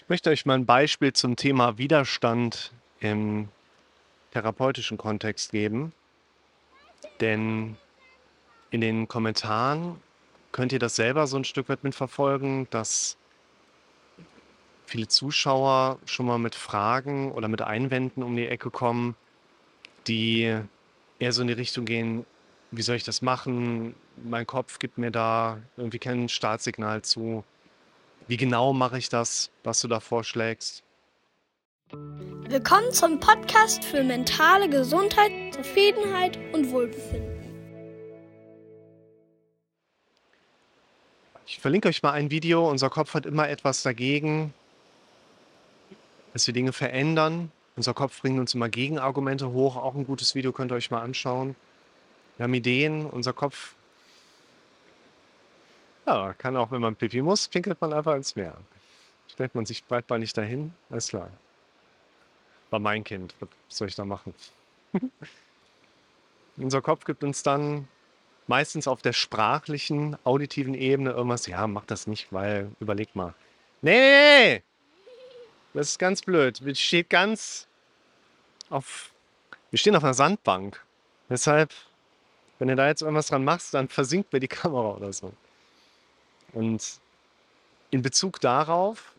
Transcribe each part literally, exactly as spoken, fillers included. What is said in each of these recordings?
Ich möchte euch mal ein Beispiel zum Thema Widerstand im therapeutischen Kontext geben, denn in den Kommentaren könnt ihr das selber so ein Stück weit mitverfolgen, dass viele Zuschauer schon mal mit Fragen oder mit Einwänden um die Ecke kommen, die eher so in die Richtung gehen: „Wie soll ich das machen? Mein Kopf gibt mir da irgendwie kein Startsignal zu. Wie genau mache ich das, was du da vorschlägst?“ Willkommen zum Podcast für mentale Gesundheit, Zufriedenheit und Wohlbefinden. Ich verlinke euch mal ein Video. Unser Kopf hat immer etwas dagegen, dass wir Dinge verändern. Unser Kopf bringt uns immer Gegenargumente hoch. Auch ein gutes Video, könnt ihr euch mal anschauen. Wir haben Ideen. Unser Kopf, ja, kann auch, wenn man Pipi muss, pinkelt man einfach ins Meer. Stellt man sich breitbeinig dahin, alles klar. War mein Kind, was soll ich da machen? Unser Kopf gibt uns dann meistens auf der sprachlichen, auditiven Ebene irgendwas: Ja, mach das nicht, weil, überleg mal. Nee, das ist ganz blöd. Wir steht ganz auf, wir stehen auf einer Sandbank. Deshalb, wenn du da jetzt irgendwas dran machst, dann versinkt mir die Kamera oder so. Und in Bezug darauf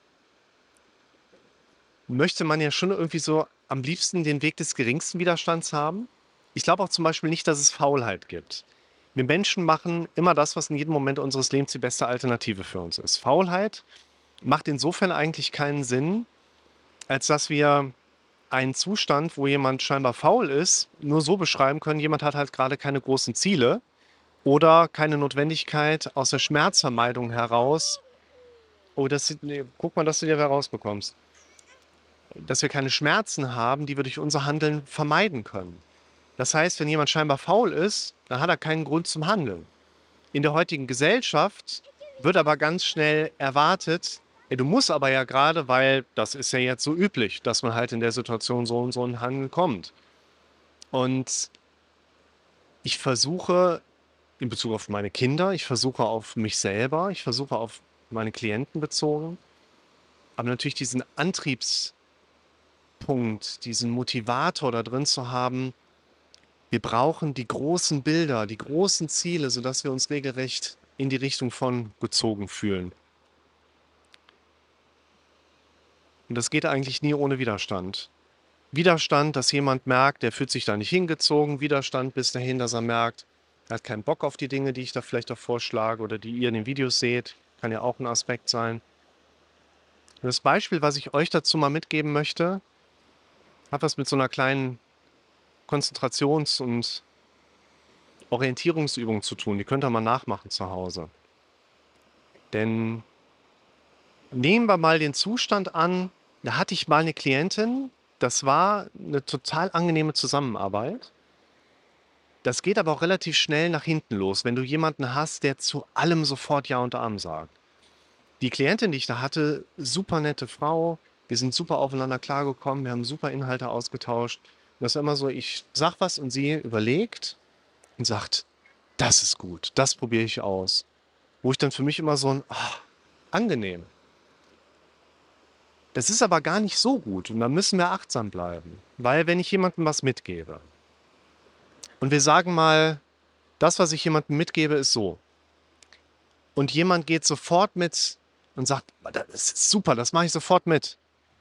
möchte man ja schon irgendwie so am liebsten den Weg des geringsten Widerstands haben. Ich glaube auch zum Beispiel nicht, dass es Faulheit gibt. Wir Menschen machen immer das, was in jedem Moment unseres Lebens die beste Alternative für uns ist. Faulheit macht insofern eigentlich keinen Sinn, als dass wir einen Zustand, wo jemand scheinbar faul ist, nur so beschreiben können: Jemand hat halt gerade keine großen Ziele oder keine Notwendigkeit aus der Schmerzvermeidung heraus. Oh, das, nee, guck mal, dass du dir wer rausbekommst. Dass wir keine Schmerzen haben, die wir durch unser Handeln vermeiden können. Das heißt, wenn jemand scheinbar faul ist, dann hat er keinen Grund zum Handeln. In der heutigen Gesellschaft wird aber ganz schnell erwartet: Ey, du musst aber ja gerade, weil das ist ja jetzt so üblich, dass man halt in der Situation so und so in Handeln kommt. Und ich versuche in Bezug auf meine Kinder, ich versuche auf mich selber, ich versuche auf meine Klienten bezogen, aber natürlich diesen Antriebspunkt, diesen Motivator da drin zu haben: Wir brauchen die großen Bilder, die großen Ziele, sodass wir uns regelrecht in die Richtung von gezogen fühlen. Und das geht eigentlich nie ohne Widerstand. Widerstand, dass jemand merkt, der fühlt sich da nicht hingezogen. Widerstand bis dahin, dass er merkt, er hat keinen Bock auf die Dinge, die ich da vielleicht auch vorschlage oder die ihr in den Videos seht. Kann ja auch ein Aspekt sein. Und das Beispiel, was ich euch dazu mal mitgeben möchte, hat was mit so einer kleinen Konzentrations- und Orientierungsübung zu tun. Die könnt ihr mal nachmachen zu Hause. Denn nehmen wir mal den Zustand an, da hatte ich mal eine Klientin, das war eine total angenehme Zusammenarbeit. Das geht aber auch relativ schnell nach hinten los, wenn du jemanden hast, der zu allem sofort Ja und Amen sagt. Die Klientin, die ich da hatte, super nette Frau, wir sind super aufeinander klargekommen, wir haben super Inhalte ausgetauscht. Und das ist immer so: Ich sag was und sie überlegt und sagt: Das ist gut, das probiere ich aus. Wo ich dann für mich immer so ein, ah, angenehm. Das ist aber gar nicht so gut und da müssen wir achtsam bleiben. Weil wenn ich jemandem was mitgebe und wir sagen mal, das, was ich jemandem mitgebe, ist so, und jemand geht sofort mit und sagt: Das ist super, das mache ich sofort mit.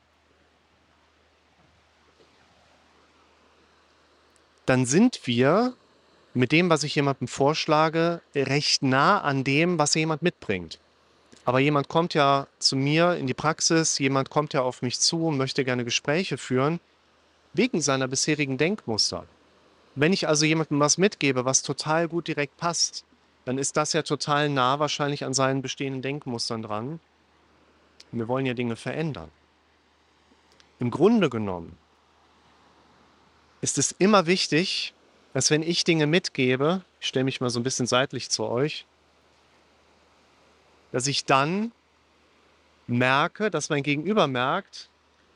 Dann sind wir mit dem, was ich jemandem vorschlage, recht nah an dem, was jemand mitbringt. Aber jemand kommt ja zu mir in die Praxis, jemand kommt ja auf mich zu und möchte gerne Gespräche führen, wegen seiner bisherigen Denkmuster. Wenn ich also jemandem was mitgebe, was total gut direkt passt, dann ist das ja total nah wahrscheinlich an seinen bestehenden Denkmustern dran. Wir wollen ja Dinge verändern. Im Grunde genommen ist es immer wichtig, dass, wenn ich Dinge mitgebe, ich stelle mich mal so ein bisschen seitlich zu euch, dass ich dann merke, dass mein Gegenüber merkt,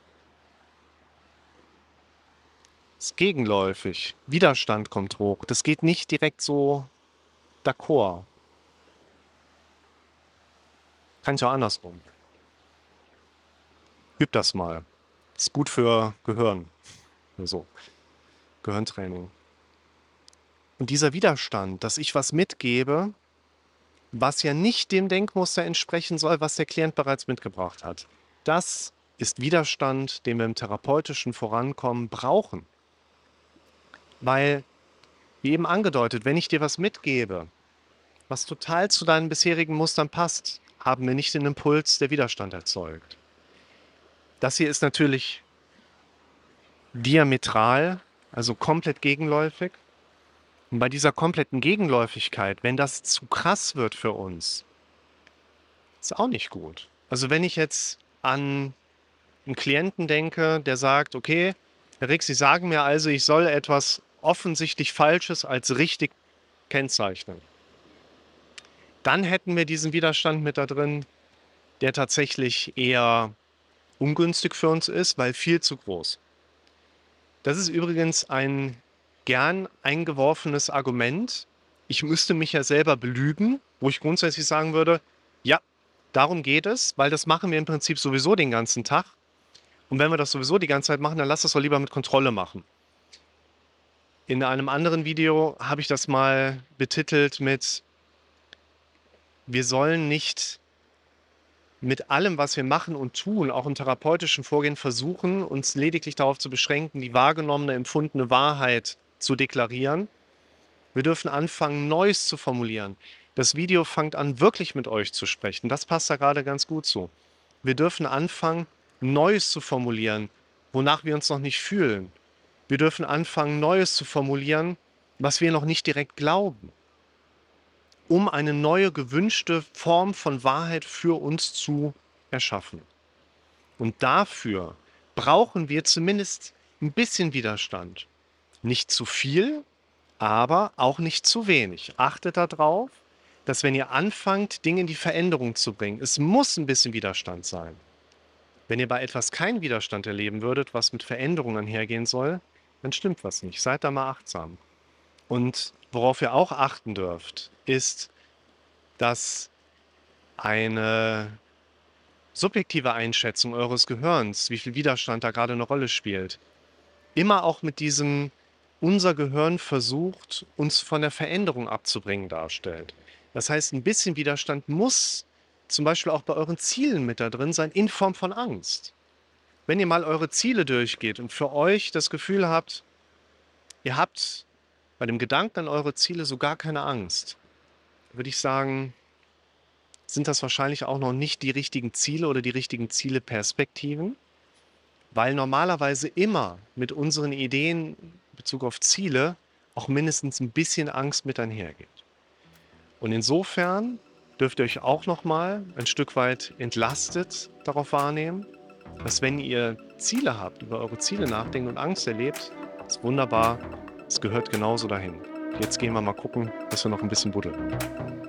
es ist gegenläufig, Widerstand kommt hoch. Das geht nicht direkt so d'accord. Kann ich auch andersrum. Übt das mal. Ist gut für Gehirn. So, Gehirntraining. Und dieser Widerstand, dass ich was mitgebe, was ja nicht dem Denkmuster entsprechen soll, was der Klient bereits mitgebracht hat. Das ist Widerstand, den wir im therapeutischen Vorankommen brauchen. Weil, wie eben angedeutet, wenn ich dir was mitgebe, was total zu deinen bisherigen Mustern passt, haben wir nicht den Impuls, der Widerstand erzeugt. Das hier ist natürlich diametral, also komplett gegenläufig. Und bei dieser kompletten Gegenläufigkeit, wenn das zu krass wird für uns, ist auch nicht gut. Also wenn ich jetzt an einen Klienten denke, der sagt, okay, Herr Rix, Sie sagen mir also, ich soll etwas offensichtlich Falsches als richtig kennzeichnen. Dann hätten wir diesen Widerstand mit da drin, der tatsächlich eher ungünstig für uns ist, weil viel zu groß. Das ist übrigens ein gern eingeworfenes Argument. Ich müsste mich ja selber belügen, wo ich grundsätzlich sagen würde, ja, darum geht es, weil das machen wir im Prinzip sowieso den ganzen Tag. Und wenn wir das sowieso die ganze Zeit machen, dann lass das doch lieber mit Kontrolle machen. In einem anderen Video habe ich das mal betitelt mit, wir sollen nicht mit allem, was wir machen und tun, auch im therapeutischen Vorgehen versuchen, uns lediglich darauf zu beschränken, die wahrgenommene, empfundene Wahrheit zu deklarieren. Wir dürfen anfangen, Neues zu formulieren. Das Video fängt an, wirklich mit euch zu sprechen. Das passt da gerade ganz gut zu. Wir dürfen anfangen, Neues zu formulieren, wonach wir uns noch nicht fühlen. Wir dürfen anfangen, Neues zu formulieren, was wir noch nicht direkt glauben, um eine neue, gewünschte Form von Wahrheit für uns zu erschaffen. Und dafür brauchen wir zumindest ein bisschen Widerstand. Nicht zu viel, aber auch nicht zu wenig. Achtet darauf, dass wenn ihr anfangt, Dinge in die Veränderung zu bringen, es muss ein bisschen Widerstand sein. Wenn ihr bei etwas keinen Widerstand erleben würdet, was mit Veränderungen einhergehen soll, dann stimmt was nicht. Seid da mal achtsam. Und worauf ihr auch achten dürft, ist, dass eine subjektive Einschätzung eures Gehirns, wie viel Widerstand da gerade eine Rolle spielt, immer auch mit diesem unser Gehirn versucht, uns von der Veränderung abzubringen, darstellt. Das heißt, ein bisschen Widerstand muss zum Beispiel auch bei euren Zielen mit da drin sein, in Form von Angst. Wenn ihr mal eure Ziele durchgeht und für euch das Gefühl habt, ihr habt bei dem Gedanken an eure Ziele so gar keine Angst, würde ich sagen, sind das wahrscheinlich auch noch nicht die richtigen Ziele oder die richtigen Zieleperspektiven, weil normalerweise immer mit unseren Ideen in Bezug auf Ziele auch mindestens ein bisschen Angst mit einhergeht. Und insofern dürft ihr euch auch nochmal ein Stück weit entlastet darauf wahrnehmen, dass wenn ihr Ziele habt, über eure Ziele nachdenkt und Angst erlebt, ist wunderbar, es gehört genauso dahin. Jetzt gehen wir mal gucken, dass wir noch ein bisschen buddeln.